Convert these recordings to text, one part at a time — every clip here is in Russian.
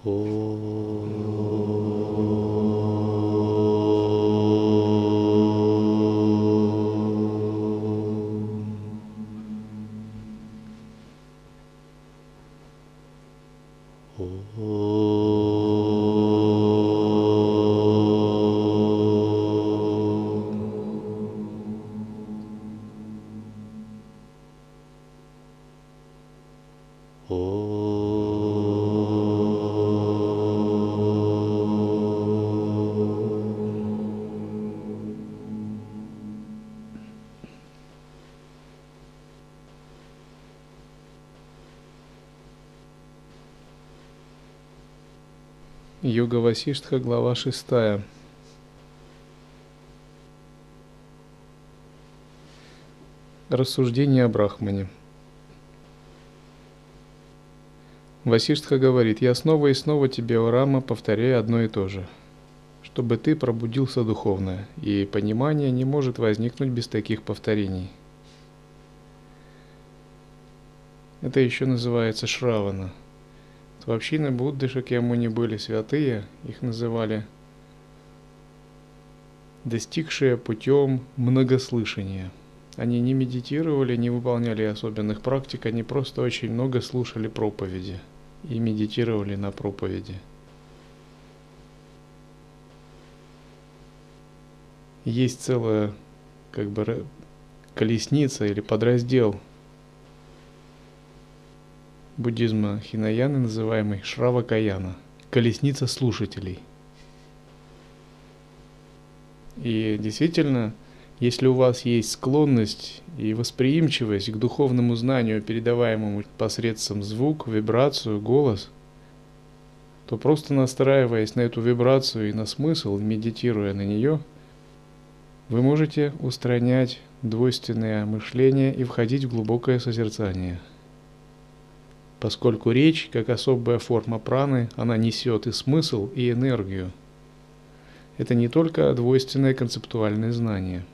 Йога Васиштха, глава 6. Рассуждение о Брахмане. Васиштха говорит: «Я снова и снова тебе, о Рама, повторяю одно и то же, чтобы ты пробудился духовно, и понимание не может возникнуть без таких повторений». Это еще называется Шравана. В общине Будды Шакьямуни были святые, их называли достигшие путем многослышания. Они не медитировали, не выполняли особенных практик, они просто очень много слушали проповеди и медитировали на проповеди. Есть целая колесница или подраздел буддизма Хинаяны, называемый Шравакаяна, колесница слушателей. И действительно, если у вас есть склонность и восприимчивость к духовному знанию, передаваемому посредством звук, вибрацию, голос, то просто настраиваясь на эту вибрацию и на смысл, медитируя на нее, вы можете устранять двойственное мышление и входить в глубокое созерцание. Поскольку речь, как особая форма праны, она несет и смысл, и энергию. Это не только двойственное концептуальное знание.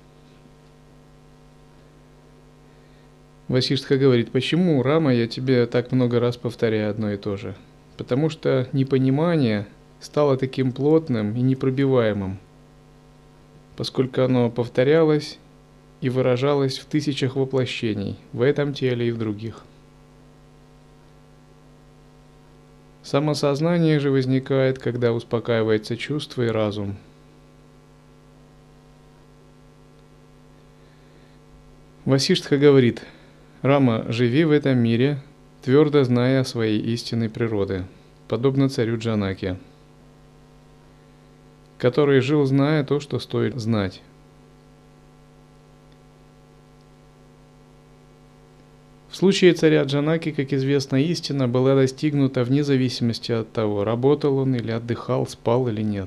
Васиштха говорит: «Почему, Рама, я тебе так много раз повторяю одно и то же? Потому что непонимание стало таким плотным и непробиваемым, поскольку оно повторялось и выражалось в тысячах воплощений, в этом теле и в других. Самосознание же возникает, когда успокаивается чувство и разум. Васиштха говорит: «Рама, живи в этом мире, твердо зная о своей истинной природы, подобно царю Джанаке, который жил, зная то, что стоит знать. В случае царя Джанаки, как известно, истина была достигнута вне зависимости от того, работал он или отдыхал, спал или нет.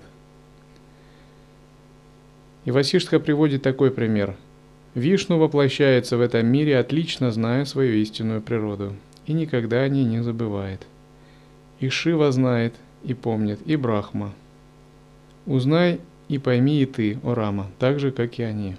И Васиштха приводит такой пример. Вишну воплощается в этом мире, отлично зная свою истинную природу, и никогда о ней не забывает. И Шива знает, и помнит, и Брахма. Узнай и пойми и ты, о Рама, так же, как и они.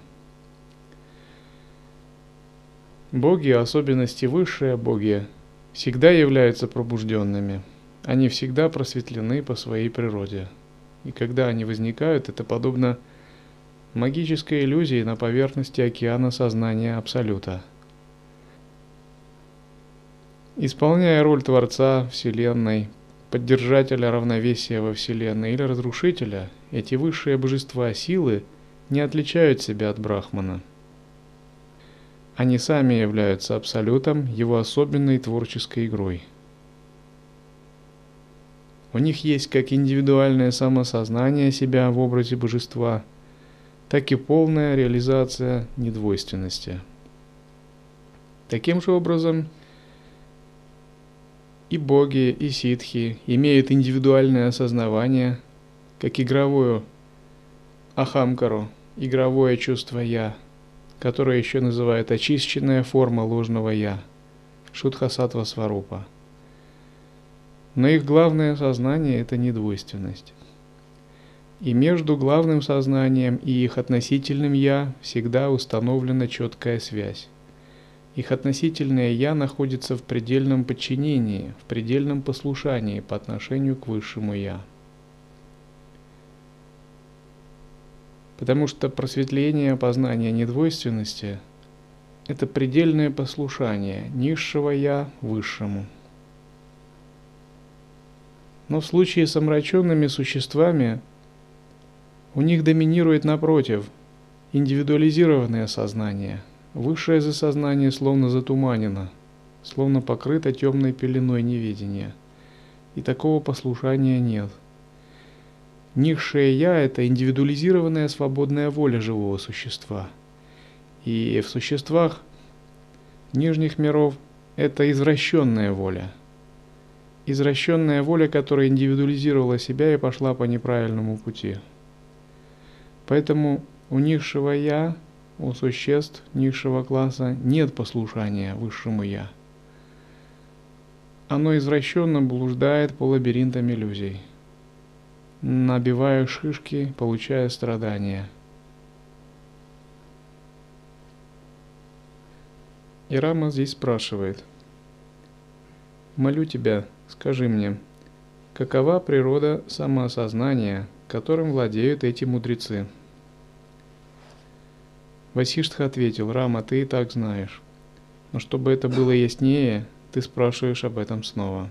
Боги, в особенности высшие боги, всегда являются пробужденными. Они всегда просветлены по своей природе. И когда они возникают, это подобно магической иллюзии на поверхности океана сознания Абсолюта. Исполняя роль Творца Вселенной, поддержателя равновесия во Вселенной или разрушителя, эти высшие божества силы не отличают себя от Брахмана. Они сами являются Абсолютом, его особенной творческой игрой. У них есть как индивидуальное самосознание себя в образе божества, так и полная реализация недвойственности. Таким же образом, и боги, и ситхи имеют индивидуальное осознавание, как игровую ахамкару, игровое чувство «я», которое еще называют очищенная форма ложного «я», шудха-саттва сварупа. Но их главное сознание – это недвойственность. И между главным сознанием и их относительным «я» всегда установлена четкая связь. Их относительное «я» находится в предельном подчинении, в предельном послушании по отношению к высшему «я». Потому что просветление, познание недвойственности – это предельное послушание низшего «я» высшему. Но в случае с омраченными существами у них доминирует, напротив, индивидуализированное сознание. Высшее же сознание словно затуманено, словно покрыто темной пеленой неведения. И такого послушания нет. Низшее «я» – это индивидуализированная свободная воля живого существа. И в существах нижних миров это извращенная воля. Извращенная воля, которая индивидуализировала себя и пошла по неправильному пути. Поэтому у низшего «я», у существ низшего класса нет послушания высшему «я». Оно извращенно блуждает по лабиринтам иллюзий, набивая шишки, получая страдания. И Рама здесь спрашивает: «Молю тебя, скажи мне, какова природа самоосознания, которым владеют эти мудрецы?» Васиштха ответил: «Рама, ты и так знаешь, но чтобы это было яснее, ты спрашиваешь об этом снова».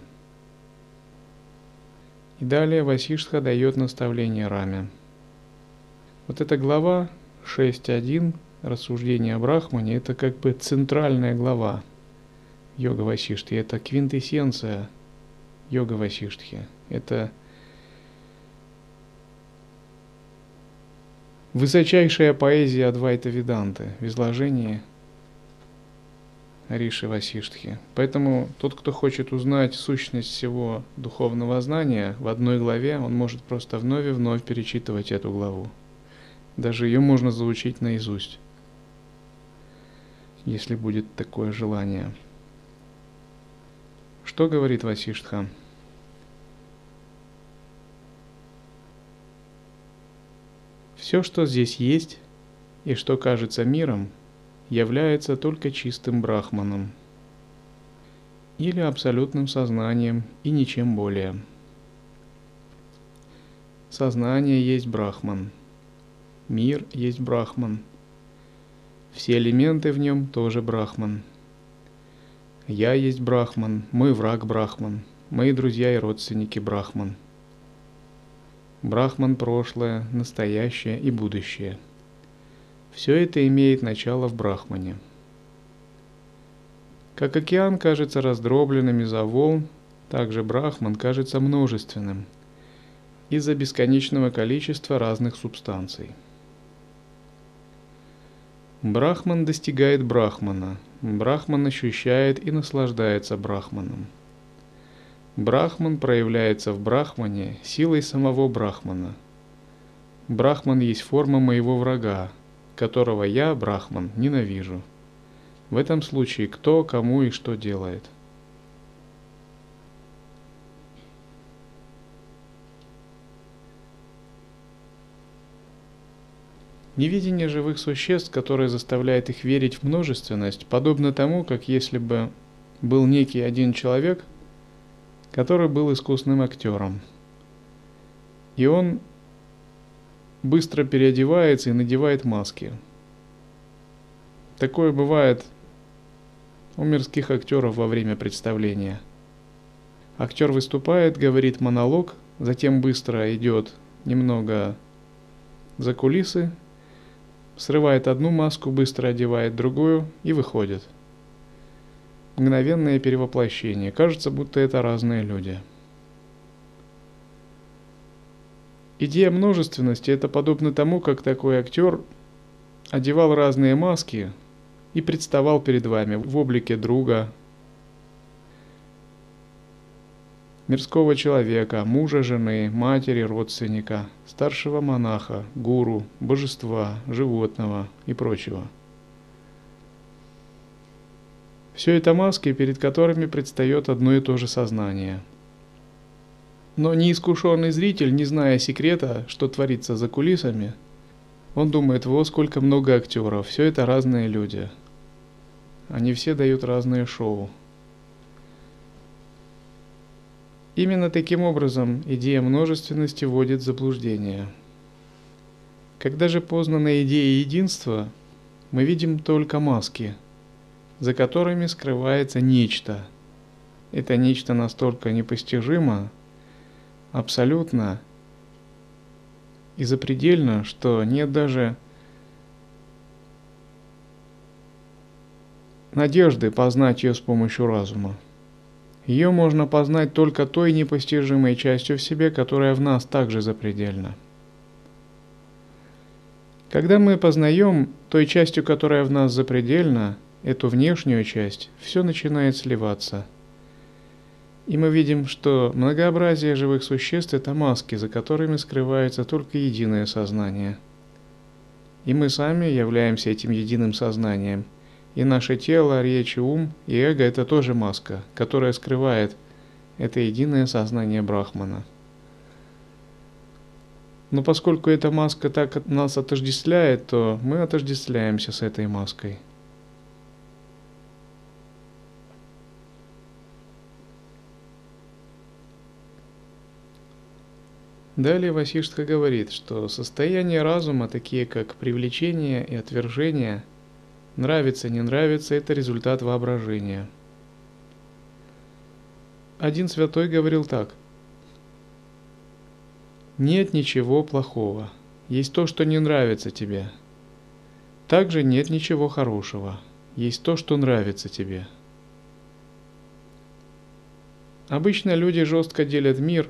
И далее Васиштха дает наставление Раме. Вот эта глава 6.1, рассуждение о Брахмане, это как бы центральная глава Йога Васиштхи, это квинтэссенция Йога Васиштхи, это высочайшая поэзия Адвайта Веданты в изложении Риши Васиштхи. Поэтому тот, кто хочет узнать сущность всего духовного знания в одной главе, он может просто вновь и вновь перечитывать эту главу. Даже ее можно заучить наизусть, если будет такое желание. Что говорит Васиштха? Все, что здесь есть и что кажется миром, является только чистым брахманом или абсолютным сознанием и ничем более. Сознание есть брахман, мир есть брахман, все элементы в нем тоже брахман. Я есть брахман, мой враг брахман, мои друзья и родственники брахман. Брахман прошлое, настоящее и будущее. Все это имеет начало в Брахмане. Как океан кажется раздробленным из-за волн, так же Брахман кажется множественным из-за бесконечного количества разных субстанций. Брахман достигает Брахмана, Брахман ощущает и наслаждается Брахманом. Брахман проявляется в Брахмане силой самого Брахмана. Брахман есть форма моего врага, которого я, Брахман, ненавижу. В этом случае кто, кому и что делает. Невидение живых существ, которое заставляет их верить в множественность, подобно тому, как если бы был некий один человек, который был искусным актером. И он быстро переодевается и надевает маски. Такое бывает у мирских актеров во время представления. Актер выступает, говорит монолог, затем быстро идет немного за кулисы, срывает одну маску, быстро одевает другую и выходит. Мгновенное перевоплощение. Кажется, будто это разные люди. Идея множественности – это подобно тому, как такой актер одевал разные маски и представал перед вами в облике друга, мирского человека, мужа, жены, матери, родственника, старшего монаха, гуру, божества, животного и прочего. Все это маски, перед которыми предстает одно и то же сознание. Но неискушенный зритель, не зная секрета, что творится за кулисами, он думает: вот сколько много актеров, все это разные люди. они все дают разные шоу. Именно таким образом идея множественности вводит в заблуждение. Когда же познана идея единства, мы видим только маски, за которыми скрывается нечто. Это нечто настолько непостижимо, абсолютно и запредельно, что нет даже надежды познать ее с помощью разума. Ее можно познать только той непостижимой частью в себе, которая в нас также запредельна. Когда мы познаем той частью, которая в нас запредельна, эту внешнюю часть, все начинает сливаться. И мы видим, что многообразие живых существ – это маски, за которыми скрывается только единое сознание. И мы сами являемся этим единым сознанием. И наше тело, речь, ум и эго – это тоже маска, которая скрывает это единое сознание Брахмана. Но поскольку эта маска так нас отождествляет, то мы отождествляемся с этой маской. Далее Васиштха говорит, что состояния разума, такие как привлечение и отвержение, нравится, не нравится – это результат воображения. Один святой говорил так: «Нет ничего плохого, есть то, что не нравится тебе. Также нет ничего хорошего, есть то, что нравится тебе». Обычно люди жестко делят мир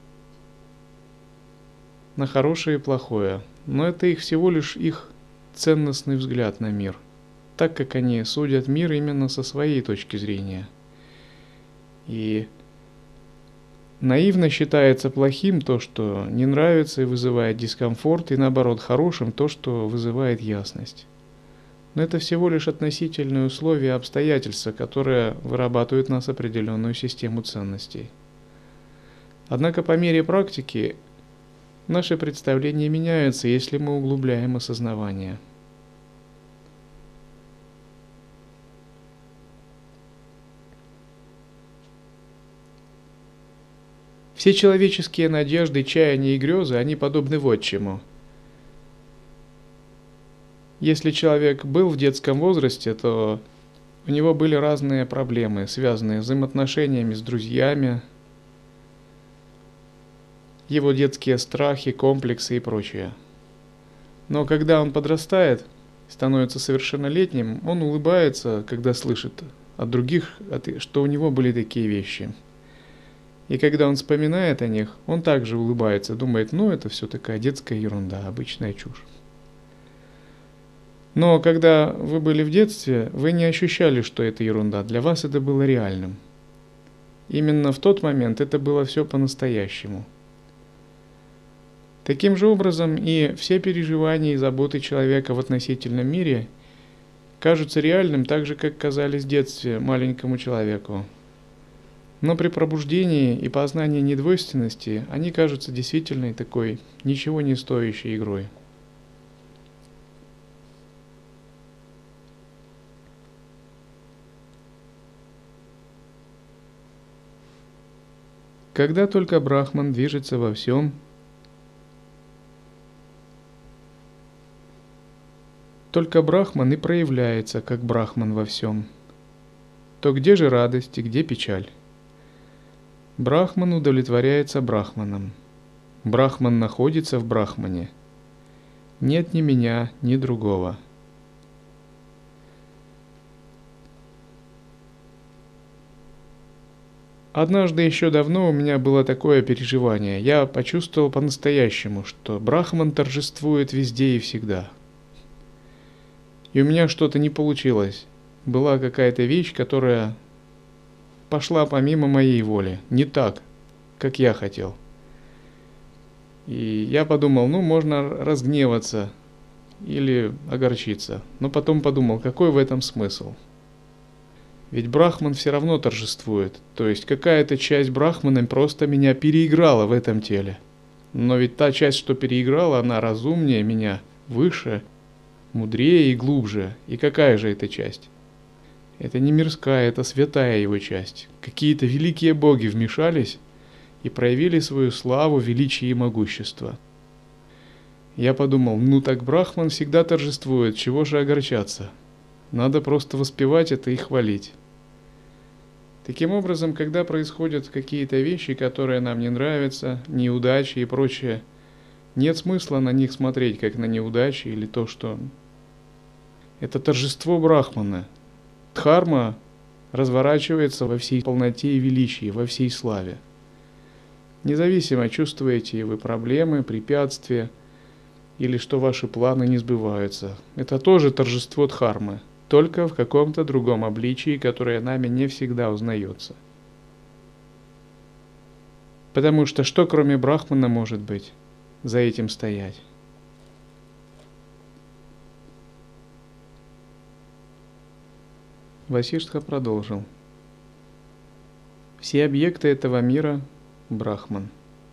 на хорошее и плохое, но это всего лишь их ценностный взгляд на мир, так как они судят мир именно со своей точки зрения. И наивно считается плохим то, что не нравится и вызывает дискомфорт, и наоборот хорошим то, что вызывает ясность. Но это всего лишь относительные условия и обстоятельства, которые вырабатывают в нас определенную систему ценностей. Однако по мере практики наши представления меняются, если мы углубляем осознавание. Все человеческие надежды, чаяния и грезы, они подобны вот чему. Если человек был в детском возрасте, то у него были разные проблемы, связанные с взаимоотношениями с друзьями, его детские страхи, комплексы и прочее. Но когда он подрастает, становится совершеннолетним, он улыбается, когда слышит от других, что у него были такие вещи. И когда он вспоминает о них, он также улыбается, думает, это все такая детская ерунда, обычная чушь. Но когда вы были в детстве, вы не ощущали, что это ерунда, для вас это было реальным. Именно в тот момент это было все по-настоящему. Таким же образом и все переживания и заботы человека в относительном мире кажутся реальным так же, как казались в детстве маленькому человеку. Но при пробуждении и познании недвойственности они кажутся действительно такой ничего не стоящей игрой. Когда только Брахман движется во всем, только Брахман и проявляется как Брахман во всем. То где же радость и где печаль? Брахман удовлетворяется Брахманом. Брахман находится в Брахмане. Нет ни меня, ни другого. Однажды еще давно у меня было такое переживание. Я почувствовал по-настоящему, что Брахман торжествует везде и всегда. И у меня что-то не получилось. Была какая-то вещь, которая пошла помимо моей воли, не так, как я хотел. И я подумал, можно разгневаться или огорчиться. Но потом подумал, какой в этом смысл? Ведь Брахман все равно торжествует. То есть какая-то часть Брахмана просто меня переиграла в этом теле. Но ведь та часть, что переиграла, она разумнее меня, выше, мудрее и глубже. И какая же эта часть? Это не мирская, это святая его часть. Какие-то великие боги вмешались и проявили свою славу, величие и могущество. Я подумал, ну так Брахман всегда торжествует, чего же огорчаться? Надо просто воспевать это и хвалить. Таким образом, когда происходят какие-то вещи, которые нам не нравятся, неудачи и прочее, нет смысла на них смотреть, как на неудачи или то, что... Это торжество Брахмана. Дхарма разворачивается во всей полноте и величии, во всей славе. Независимо, чувствуете вы проблемы, препятствия, или что ваши планы не сбываются. Это тоже торжество Дхармы, только в каком-то другом обличии, которое нами не всегда узнается. Потому что кроме Брахмана может быть за этим стоять? Васиштха продолжил. Все объекты этого мира – Брахман.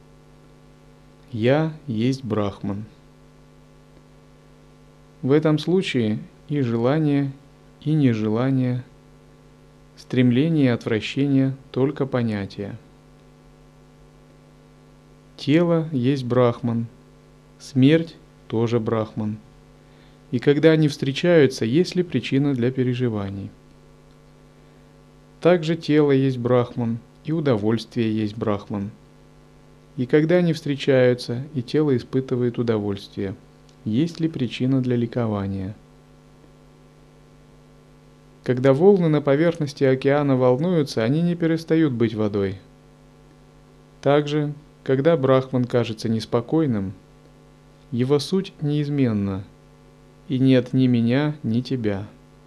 Я есть Брахман. В этом случае и желание, и нежелание, стремление и отвращение – только понятия. Тело есть Брахман, смерть – тоже Брахман. И когда они встречаются, есть ли причина для переживаний? Также тело есть Брахман, и удовольствие есть Брахман. И когда они встречаются, и тело испытывает удовольствие, есть ли причина для ликования? Когда волны на поверхности океана волнуются, они не перестают быть водой. Также, когда Брахман кажется неспокойным, его суть неизменна, и нет ни меня, ни тебя.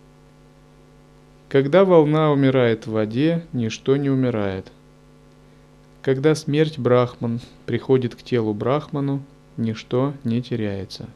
Когда волна умирает в воде, ничто не умирает. Когда смерть Брахман приходит к телу Брахману, ничто не теряется.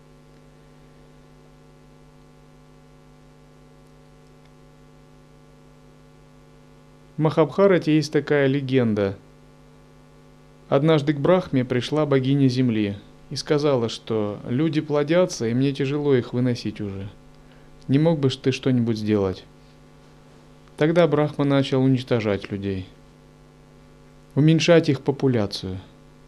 В Махабхарате есть такая легенда. Однажды к Брахме пришла богиня Земли и сказала, что люди плодятся, и мне тяжело их выносить уже. Не мог бы ты что-нибудь сделать? Тогда Брахма начал уничтожать людей, уменьшать их популяцию.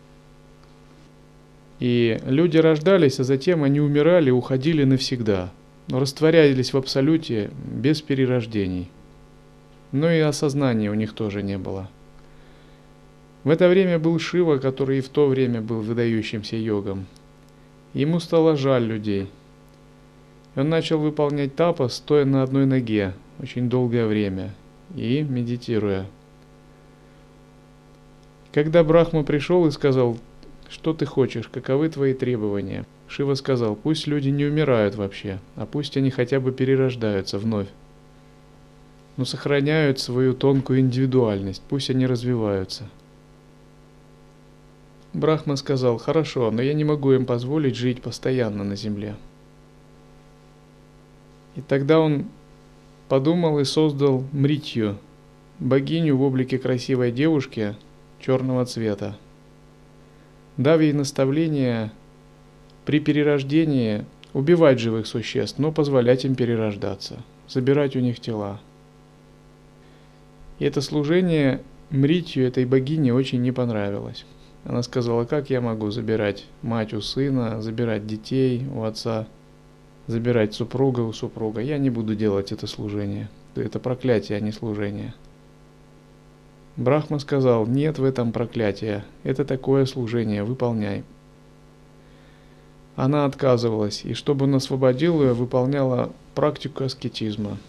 И люди рождались, а затем они умирали и уходили навсегда, но растворялись в абсолюте без перерождений. Но и осознания у них тоже не было. В это время был Шива, который и в то время был выдающимся йогом. Ему стало жаль людей. И он начал выполнять тапас, стоя на одной ноге, очень долгое время, и медитируя. Когда Брахма пришел и сказал, что ты хочешь, каковы твои требования, Шива сказал, пусть люди не умирают вообще, а пусть они хотя бы перерождаются вновь, но сохраняют свою тонкую индивидуальность, пусть они развиваются. Брахма сказал, хорошо, но я не могу им позволить жить постоянно на земле. И тогда он подумал и создал Мритью, богиню в облике красивой девушки черного цвета, дав ей наставление при перерождении убивать живых существ, но позволять им перерождаться, забирать у них тела. И это служение Мритью, этой богине, очень не понравилось. Она сказала, как я могу забирать мать у сына, забирать детей у отца, забирать супруга у супруга. Я не буду делать это служение. Это проклятие, а не служение. Брахма сказал, нет в этом проклятия. Это такое служение, выполняй. Она отказывалась, и чтобы он освободил ее, выполняла практику аскетизма.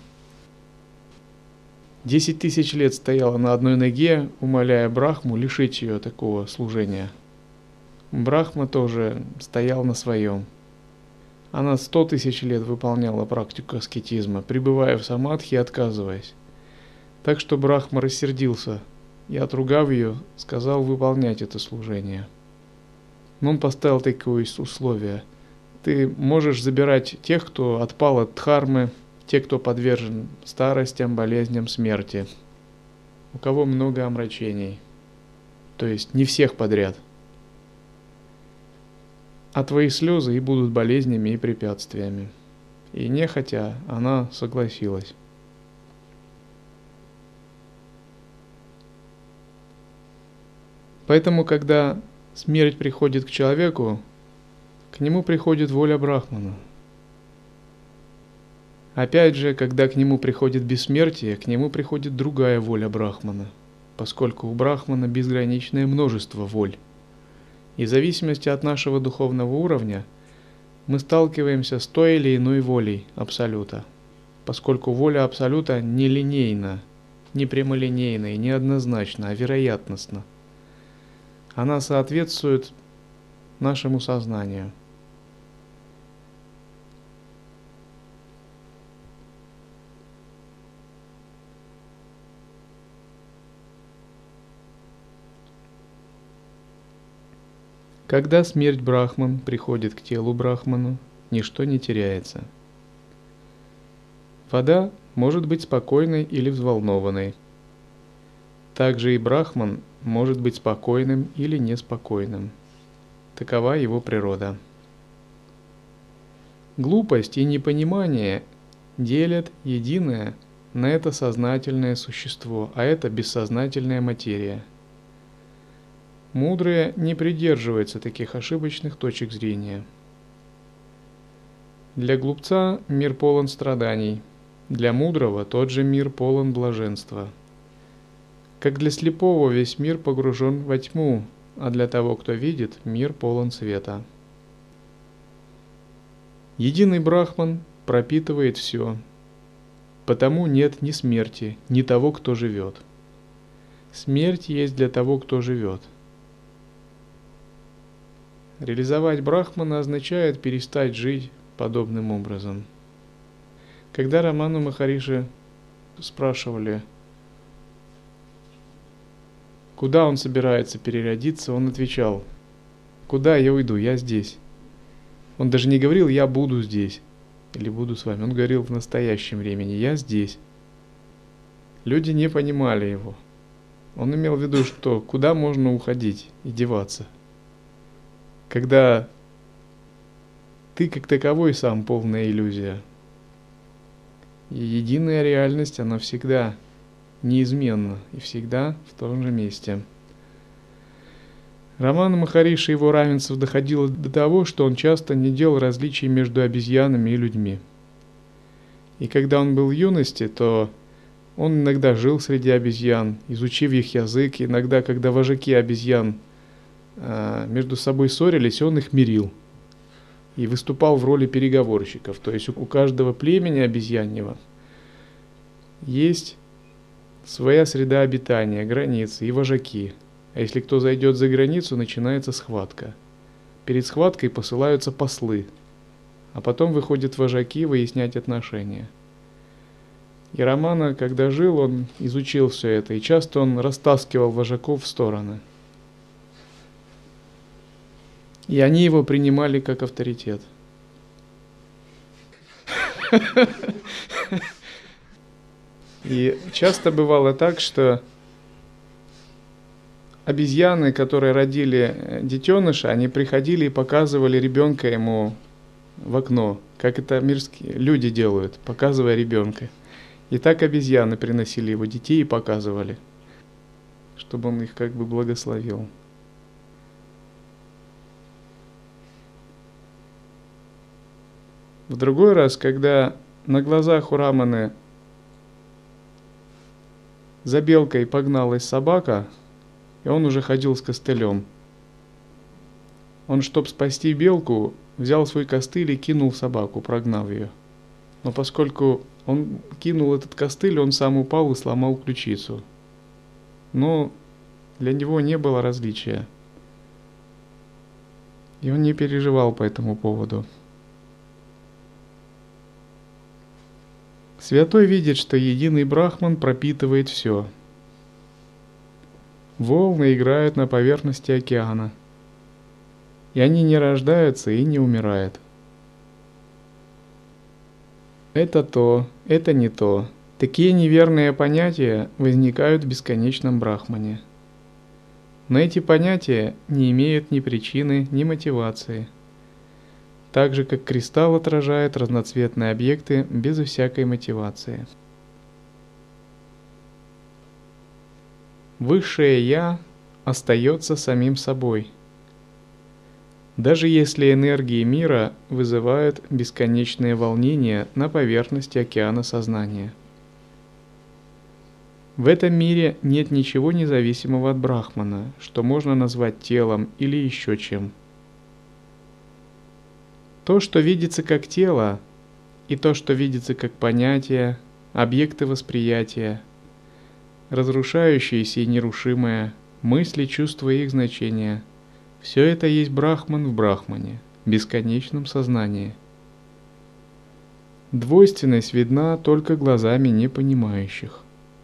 10 тысяч лет стояла на одной ноге, умоляя Брахму лишить ее такого служения. Брахма тоже стоял на своем. Она 100 тысяч лет выполняла практику аскетизма, пребывая в самадхи и отказываясь. Так что Брахма рассердился и, отругав ее, сказал выполнять это служение. Но он поставил такое условие. Ты можешь забирать тех, кто отпал от дхармы, те, кто подвержен старостям, болезням, смерти, у кого много омрачений. То есть не всех подряд. А твои слезы и будут болезнями и препятствиями. И нехотя она согласилась. Поэтому, когда смерть приходит к человеку, к нему приходит воля Брахмана. Опять же, когда к нему приходит бессмертие, к нему приходит другая воля Брахмана, поскольку у Брахмана безграничное множество воль. И в зависимости от нашего духовного уровня мы сталкиваемся с той или иной волей Абсолюта, поскольку воля Абсолюта нелинейна, не прямолинейна и не однозначна, а вероятностна. Она соответствует нашему сознанию. Когда смерть Брахман приходит к телу Брахману, ничто не теряется. Вода может быть спокойной или взволнованной. Также и Брахман может быть спокойным или неспокойным. Такова его природа. Глупость и непонимание делят единое на это сознательное существо, а это бессознательная материя. Мудрые не придерживаются таких ошибочных точек зрения. Для глупца мир полон страданий, для мудрого тот же мир полон блаженства. Как для слепого весь мир погружен во тьму, а для того, кто видит, мир полон света. Единый Брахман пропитывает все, потому нет ни смерти, ни того, кто живет. Смерть есть для того, кто живет. Реализовать Брахмана означает перестать жить подобным образом. Когда Раману Махариши спрашивали, куда он собирается переродиться, он отвечал: куда я уйду, я здесь. Он даже не говорил: я буду здесь или буду с вами. Он говорил в настоящем времени: я здесь. Люди не понимали его. Он имел в виду, что куда можно уходить и деваться, когда ты как таковой сам полная иллюзия. И единая реальность, она всегда неизменна и всегда в том же месте. Рамана Махариши его равенцев доходило до того, что он часто не делал различий между обезьянами и людьми. И когда он был в юности, то он иногда жил среди обезьян, изучив их язык. Иногда, когда вожаки обезьян между собой ссорились, он их мирил и выступал в роли переговорщиков. То есть у каждого племени обезьяньего есть своя среда обитания, границы и вожаки. А если кто зайдет за границу, начинается схватка. Перед схваткой посылаются послы, а потом выходят вожаки выяснять отношения. И Рамана, когда жил, он изучил все это, и часто он растаскивал вожаков в стороны. И они его принимали как авторитет. И часто бывало так, что обезьяны, которые родили детеныша, они приходили и показывали ребенка ему в окно, как это мирские люди делают, показывая ребенка. И так обезьяны приносили его детей и показывали, чтобы он их как бы благословил. В другой раз, когда на глазах у Раманы за белкой погналась собака, и он уже ходил с костылем, он, чтобы спасти белку, взял свой костыль и кинул собаку, прогнав ее. Но поскольку он кинул этот костыль, он сам упал и сломал ключицу. Но для него не было различия. И он не переживал по этому поводу. Святой видит, что единый Брахман пропитывает все. Волны играют на поверхности океана, и они не рождаются и не умирают. Это то, это не то. Такие неверные понятия возникают в бесконечном Брахмане. Но эти понятия не имеют ни причины, ни мотивации. Так же, как кристалл отражает разноцветные объекты без всякой мотивации. Высшее Я остается самим собой, даже если энергии мира вызывают бесконечные волнения на поверхности океана сознания. В этом мире нет ничего независимого от Брахмана, что можно назвать телом или еще чем. То, что видится как тело, и то, что видится как понятие, объекты восприятия, разрушающиеся и нерушимые, мысли, чувства и их значения – все это есть Брахман в Брахмане, бесконечном сознании. Двойственность видна только глазами непонимающих.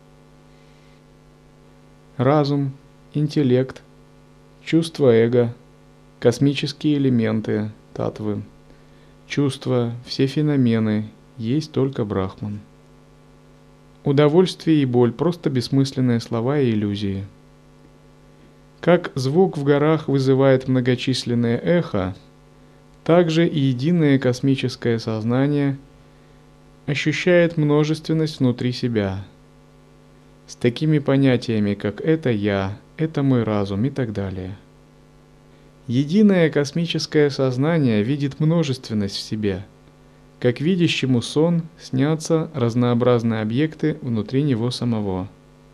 Разум, интеллект, чувство эго, космические элементы, татвы, чувства, все феномены есть только Брахман. Удовольствие и боль – просто бессмысленные слова и иллюзии. Как звук в горах вызывает многочисленное эхо, так же и единое космическое сознание ощущает множественность внутри себя, с такими понятиями, как «это я», «это мой разум» и так далее. Единое космическое сознание видит множественность в себе, как видящему сон снятся разнообразные объекты внутри него самого.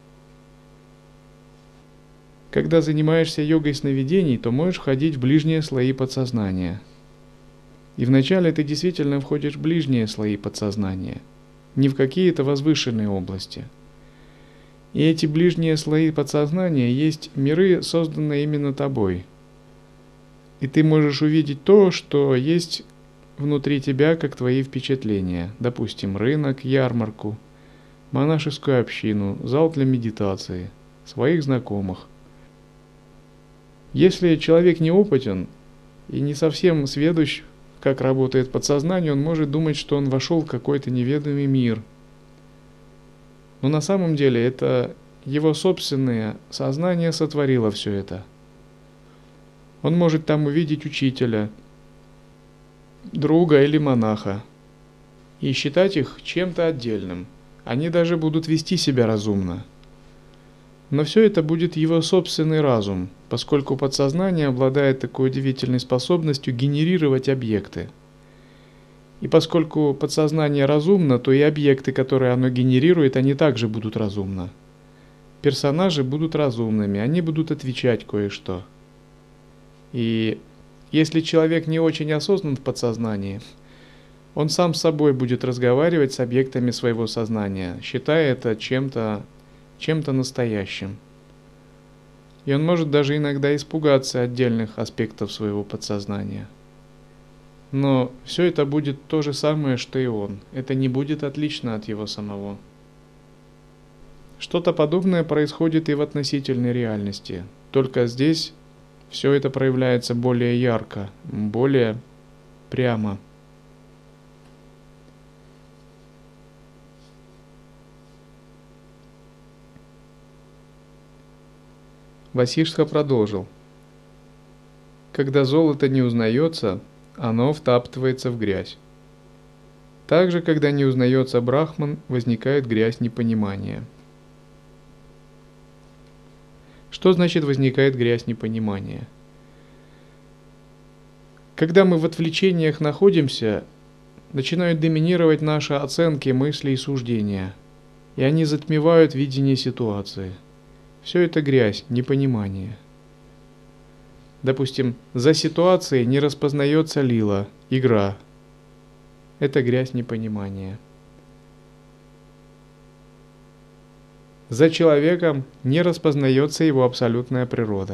Когда занимаешься йогой сновидений, то можешь входить в ближние слои подсознания. И вначале ты действительно входишь в ближние слои подсознания, не в какие-то возвышенные области. И эти ближние слои подсознания есть миры, созданные именно тобой. И ты можешь увидеть то, что есть внутри тебя, как твои впечатления. Допустим, рынок, ярмарку, монашескую общину, зал для медитации, своих знакомых. Если человек неопытен и не совсем сведущ, как работает подсознание, он может думать, что он вошел в какой-то неведомый мир. Но на самом деле это его собственное сознание сотворило все это. Он может там увидеть учителя, друга или монаха и считать их чем-то отдельным. Они даже будут вести себя разумно. Но все это будет его собственный разум, поскольку подсознание обладает такой удивительной способностью генерировать объекты. И поскольку подсознание разумно, то и объекты, которые оно генерирует, они также будут разумны. Персонажи будут разумными, они будут отвечать кое-что. И если человек не очень осознан в подсознании, он сам с собой будет разговаривать с объектами своего сознания, считая это чем-то настоящим. И он может даже иногда испугаться отдельных аспектов своего подсознания. Но все это будет то же самое, что и он. Это не будет отлично от его самого. Что-то подобное происходит и в относительной реальности. Только здесь все это проявляется более ярко, более прямо. Васиштха продолжил. Когда золото не узнается, оно втаптывается в грязь. Также, когда не узнается Брахман, возникает грязь непонимания. Что значит возникает грязь непонимания? Когда мы в отвлечениях находимся, начинают доминировать наши оценки, мысли и суждения, и они затмевают видение ситуации. Все это грязь, непонимание. Допустим, за ситуацией не распознается лила, игра. Это грязь непонимания. За человеком не распознается его абсолютная природа.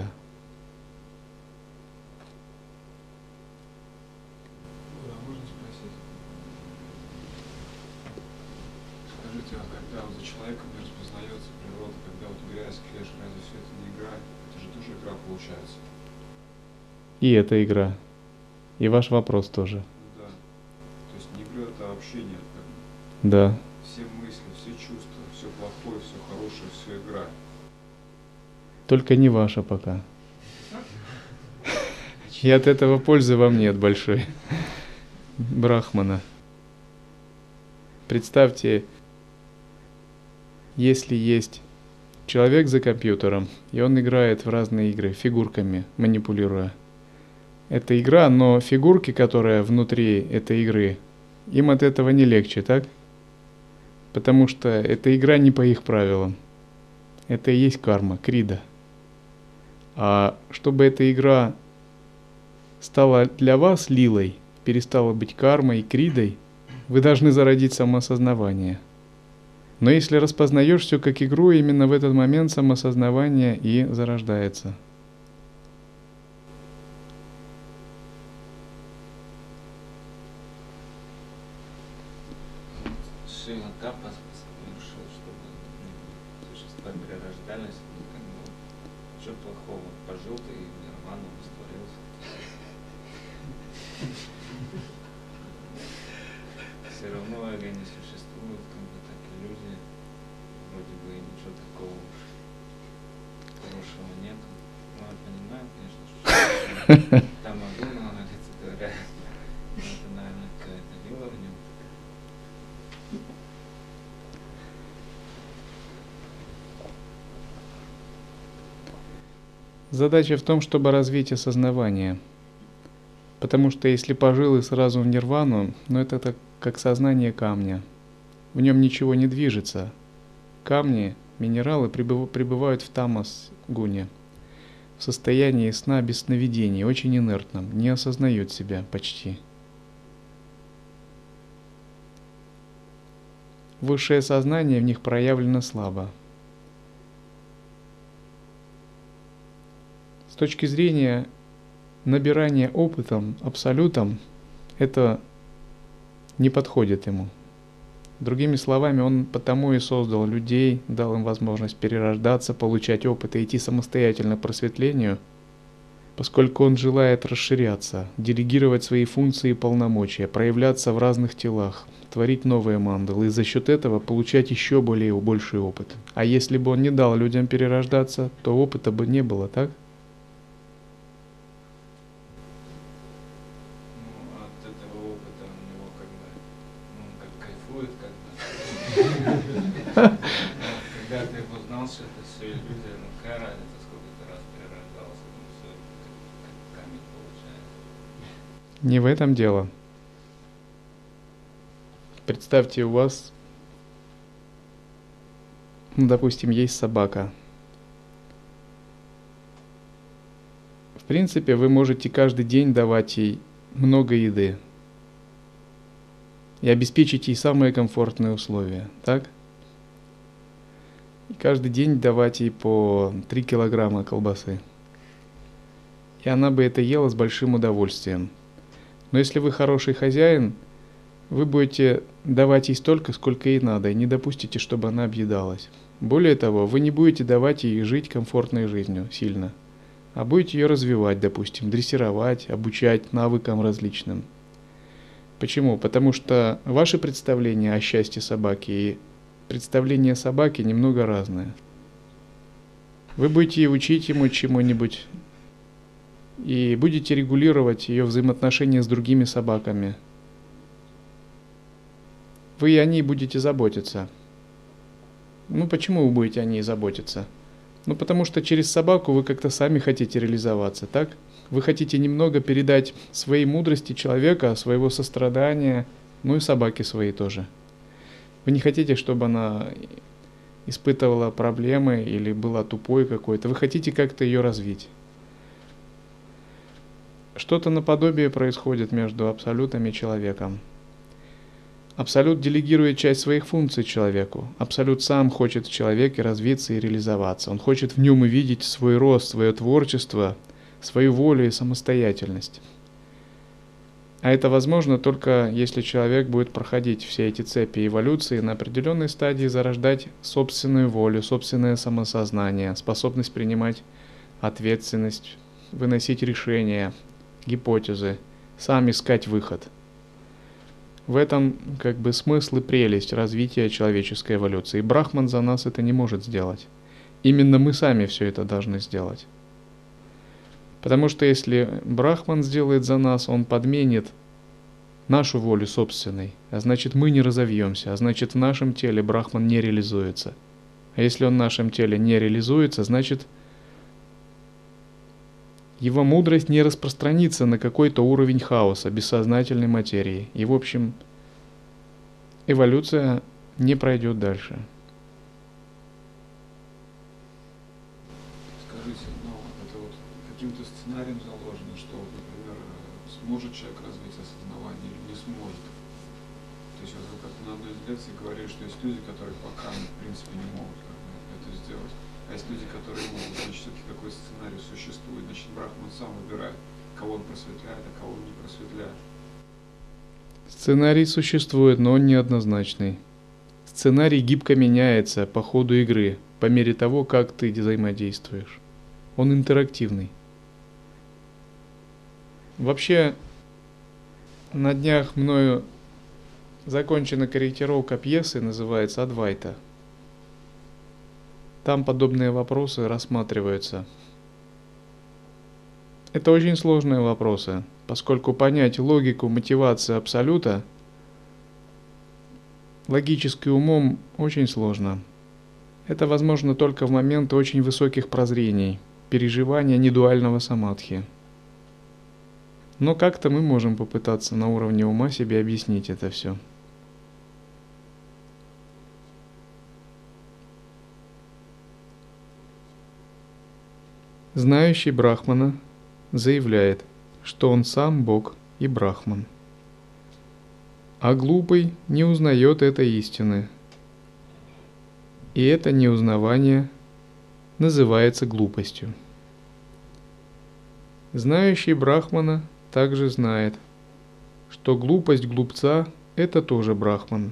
Можно спросить? Скажите, а когда за человеком не распознается природа, когда вот грязь, клеш, разве все это не игра? Это же тоже игра получается. И это игра. И ваш вопрос тоже. Да. То есть не игра, это общение. Да. Все мысли, все чувства, все плохое, все хорошее, все игра. Только не ваша пока. И от этого пользы вам нет большой. Брахмана. Представьте, если есть человек за компьютером, и он играет в разные игры, фигурками манипулируя. Это игра, но фигурки, которые внутри этой игры, им от этого не легче, так? Потому что эта игра не по их правилам. Это и есть карма, крида. А чтобы эта игра стала для вас лилой, перестала быть кармой и кридой, вы должны зародить самоосознавание. Но если распознаешь все как игру, именно в этот момент самоосознавание и зарождается. Шила Тапас решил, чтобы существа перерождались, что плохого, пожил ты и в нирвану растворился. Все равно эго не существует, так иллюзия, вроде бы и ничего такого уж хорошего нет. Ну, я понимаю, конечно, что там одно олицетворяет, но это, наверное, какая-то вилла в нем. Задача в том, чтобы развить осознавание. Потому что если пожил и сразу в нирвану, это так, как сознание камня. В нем ничего не движется. Камни, минералы пребывают в тамас-гуне, в состоянии сна без сновидений, очень инертном, не осознают себя почти. Высшее сознание в них проявлено слабо. С точки зрения набирания опытом, абсолютом, это не подходит ему. Другими словами, он потому и создал людей, дал им возможность перерождаться, получать опыт и идти самостоятельно к просветлению, поскольку он желает расширяться, делегировать свои функции и полномочия, проявляться в разных телах, творить новые мандалы и за счет этого получать еще больший опыт. А если бы он не дал людям перерождаться, то опыта бы не было, так? Когда ты узнал, что это все иллюзия, какая разница, сколько ты раз перерождался, все как камень получается. Не в этом дело. Представьте, у вас, допустим, есть собака. В принципе, вы можете каждый день давать ей много еды и обеспечить ей самые комфортные условия, так? И каждый день давать ей по 3 килограмма колбасы. И она бы это ела с большим удовольствием. Но если вы хороший хозяин, вы будете давать ей столько, сколько ей надо, и не допустите, чтобы она объедалась. Более того, вы не будете давать ей жить комфортной жизнью сильно, а будете ее развивать, допустим, дрессировать, обучать навыкам различным. Почему? Потому что ваши представления о счастье собаки и представления собаки немного разные. Вы будете учить ему чему-нибудь и будете регулировать ее взаимоотношения с другими собаками. Вы о ней будете заботиться. Почему вы будете о ней заботиться? Потому что через собаку вы как-то сами хотите реализоваться, так? Вы хотите немного передать своей мудрости человека, своего сострадания, и собаки своей тоже. Вы не хотите, чтобы она испытывала проблемы или была тупой какой-то. Вы хотите как-то ее развить. Что-то наподобие происходит между Абсолютом и человеком. Абсолют делегирует часть своих функций человеку. Абсолют сам хочет в человеке развиться и реализоваться. Он хочет в нем увидеть свой рост, свое творчество, свою волю и самостоятельность. А это возможно только если человек будет проходить все эти цепи эволюции на определенной стадии, зарождать собственную волю, собственное самосознание, способность принимать ответственность, выносить решения, гипотезы, сам искать выход. В этом смысл и прелесть развития человеческой эволюции. И Брахман за нас это не может сделать. Именно мы сами все это должны сделать. Потому что если Брахман сделает за нас, он подменит нашу волю собственной, а значит мы не разовьемся, а значит в нашем теле Брахман не реализуется. А если он в нашем теле не реализуется, значит, его мудрость не распространится на какой-то уровень хаоса, бессознательной материи. И, в общем, эволюция не пройдет дальше. Скажите, это вот каким-то сценарием заложено, что, например, сможет человек развить осознавание или не сможет? То есть вот вы как на одной из лекций говорили, что есть люди, которые пока, в принципе, не могут это сделать. А есть люди, которые могут, значит, все-таки какой сценарий существует. Значит, Брахман сам выбирает, кого он просветляет, а кого он не просветляет. Сценарий существует, но он неоднозначный. Сценарий гибко меняется по ходу игры, по мере того, как ты взаимодействуешь. Он интерактивный. Вообще, на днях мною закончена корректировка пьесы, называется «Адвайта». Там подобные вопросы рассматриваются. Это очень сложные вопросы, поскольку понять логику мотивации Абсолюта логически умом очень сложно. Это возможно только в моменты очень высоких прозрений, переживания недуального самадхи. Но как-то мы можем попытаться на уровне ума себе объяснить это все. Знающий Брахмана заявляет, что он сам Бог и Брахман. А глупый не узнает этой истины. И это неузнавание называется глупостью. Знающий Брахмана также знает, что глупость глупца – это тоже Брахман.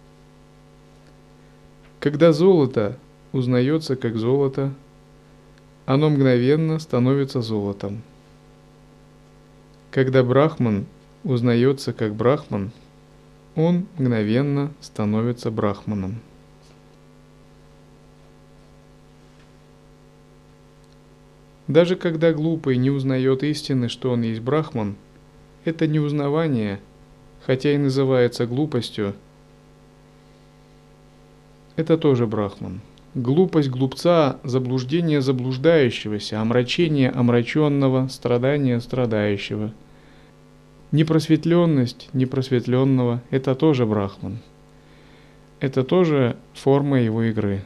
Когда золото узнается как золото, оно мгновенно становится золотом. Когда Брахман узнается как Брахман, он мгновенно становится Брахманом. Даже когда глупый не узнает истины, что он есть Брахман, это неузнавание, хотя и называется глупостью, это тоже Брахман. Глупость глупца – заблуждение заблуждающегося, омрачение омраченного, страдание страдающего. Непросветленность непросветленного – это тоже Брахман. Это тоже форма его игры.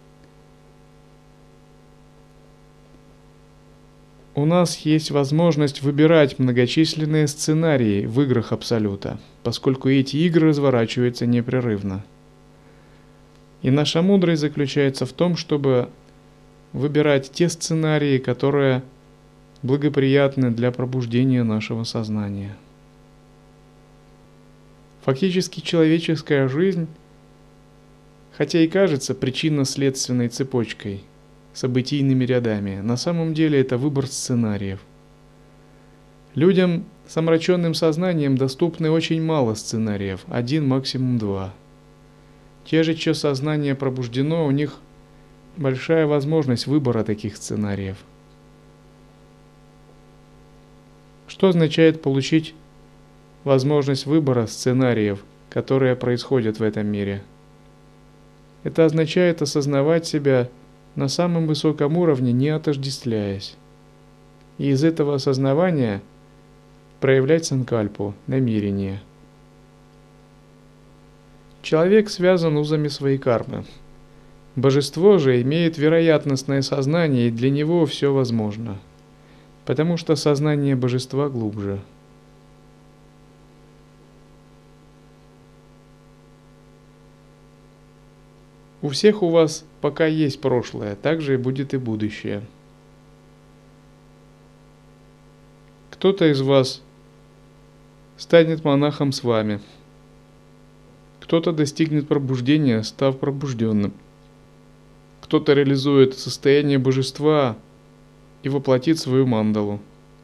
У нас есть возможность выбирать многочисленные сценарии в играх Абсолюта, поскольку эти игры разворачиваются непрерывно. И наша мудрость заключается в том, чтобы выбирать те сценарии, которые благоприятны для пробуждения нашего сознания. Фактически человеческая жизнь, хотя и кажется причинно-следственной цепочкой, событийными рядами, на самом деле это выбор сценариев. Людям с омраченным сознанием доступны очень мало сценариев, 1, максимум 2. Те же, чье сознание пробуждено, у них большая возможность выбора таких сценариев. Что означает получить возможность выбора сценариев, которые происходят в этом мире? Это означает осознавать себя на самом высоком уровне, не отождествляясь. И из этого осознавания проявлять санкальпу, намерение. Человек связан узами своей кармы. Божество же имеет вероятностное сознание, и для него все возможно, потому что сознание божества глубже. У всех у вас пока есть прошлое, так же и будет и будущее. Кто-то из вас станет монахом с вами. Кто-то достигнет пробуждения, став пробужденным. Кто-то реализует состояние божества и воплотит свою мандалу.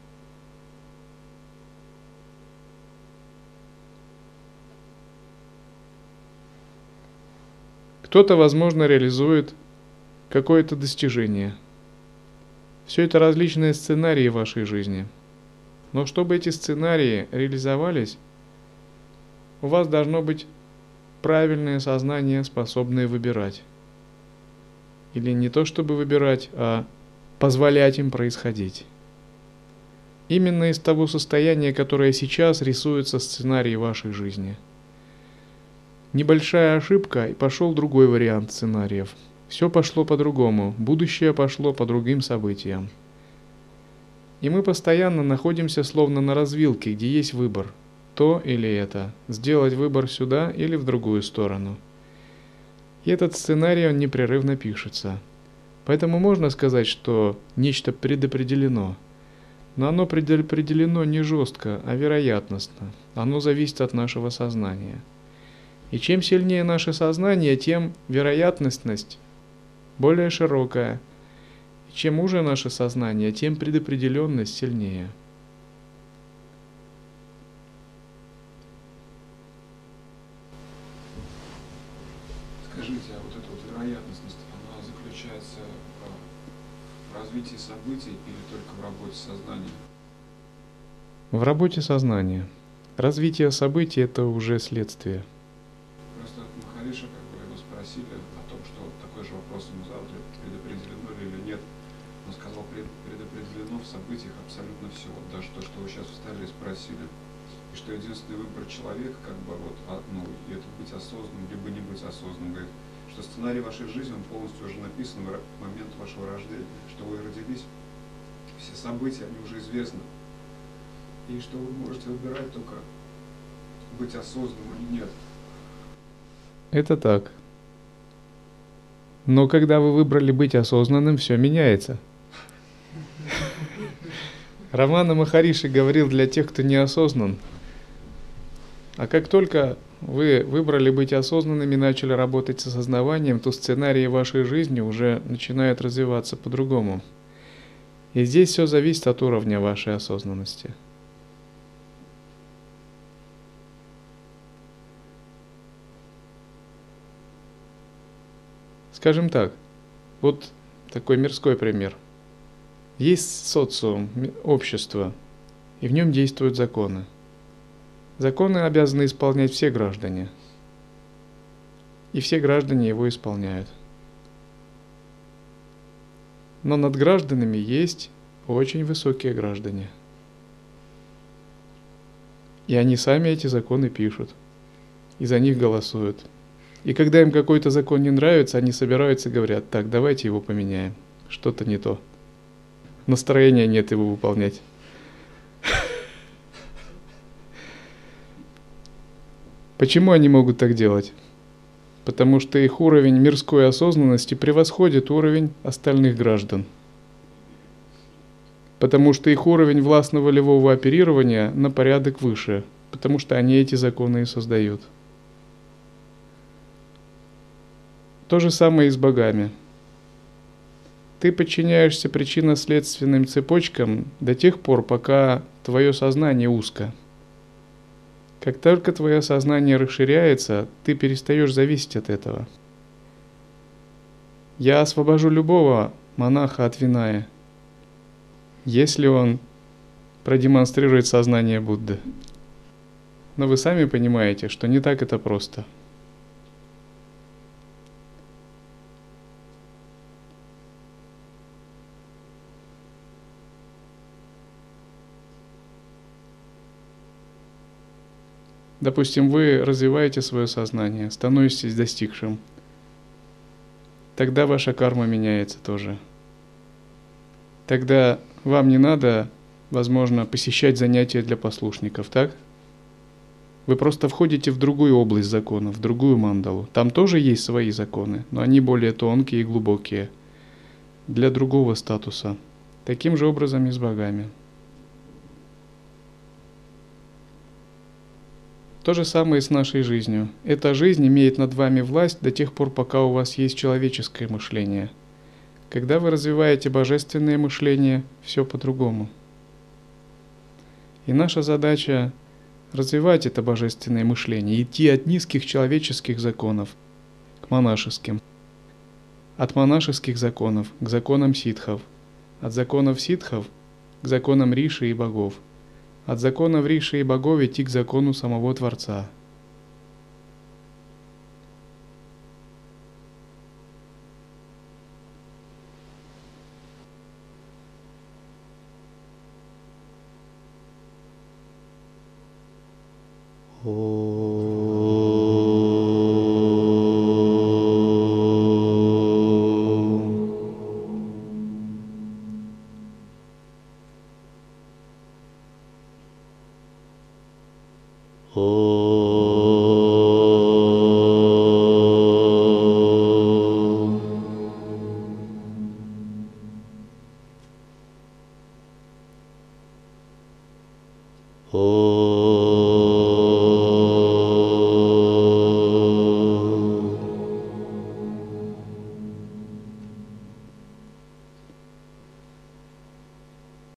Кто-то, возможно, реализует какое-то достижение. Все это различные сценарии вашей жизни. Но чтобы эти сценарии реализовались, у вас должно быть правильное сознание, способное выбирать. или не то чтобы выбирать, а позволять им происходить. Именно из того состояния, которое сейчас рисуется сценарий вашей жизни. Небольшая ошибка, и пошел другой вариант сценариев. Все пошло по-другому, будущее пошло по другим событиям. И мы постоянно находимся словно на развилке, где есть выбор. То или это. Сделать выбор сюда или в другую сторону. И этот сценарий, он непрерывно пишется. Поэтому можно сказать, что нечто предопределено. Но оно предопределено не жестко, а вероятностно. Оно зависит от нашего сознания. И чем сильнее наше сознание, тем вероятностность более широкая. И чем уже наше сознание, тем предопределенность сильнее. Скажите, а вот эта вот вероятностность, она заключается в развитии событий или только в работе сознания? В работе сознания. Развитие событий – это уже следствие. Просто Махариша, как бы его спросили о том, что такой же вопрос ему задали, предопределено ли или нет. Он сказал, предопределено в событиях абсолютно все. Вот даже то, что вы сейчас встали и спросили. И что единственный выбор человека, как бы вот, это быть осознанным, либо не быть осознанным. Говорит, что сценарий вашей жизни, он полностью уже написан в момент вашего рождения, что вы родились, все события, они уже известны. И что вы можете выбирать только быть осознанным или нет. Это так. Но когда вы выбрали быть осознанным, все меняется. Рамана Махариши говорил для тех, кто неосознан. А как только вы выбрали быть осознанными, начали работать с осознаванием, то сценарии вашей жизни уже начинают развиваться по-другому. И здесь все зависит от уровня вашей осознанности. Скажем так, вот такой мирской пример. Есть социум, общество, и в нем действуют законы. Законы обязаны исполнять все граждане. И все граждане его исполняют. Но над гражданами есть очень высокие граждане. И они сами эти законы пишут. И за них голосуют. И когда им какой-то закон не нравится, они собираются и говорят: так, давайте его поменяем. Что-то не то. Настроения нет его выполнять. Почему они могут так делать? Потому что их уровень мирской осознанности превосходит уровень остальных граждан. Потому что их уровень властно-волевого оперирования на порядок выше. Потому что они эти законы и создают. То же самое и с богами. Ты подчиняешься причинно-следственным цепочкам до тех пор, пока твое сознание узко. Как только твое сознание расширяется, ты перестаешь зависеть от этого. Я освобожу любого монаха от Виная, если он продемонстрирует сознание Будды. Но вы сами понимаете, что не так это просто. Допустим, вы развиваете свое сознание, становитесь достигшим. Тогда ваша карма меняется тоже. Тогда вам не надо, возможно, посещать занятия для послушников, так? Вы просто входите в другую область законов, в другую мандалу. Там тоже есть свои законы, но они более тонкие и глубокие, для другого статуса. Таким же образом и с богами. То же самое и с нашей жизнью. Эта жизнь имеет над вами власть до тех пор, пока у вас есть человеческое мышление. Когда вы развиваете божественное мышление, все по-другому. И наша задача развивать это божественное мышление, идти от низких человеческих законов к монашеским, от монашеских законов к законам ситхов, от законов ситхов к законам риши и богов, от законов риши и богов идти к закону самого Творца. О.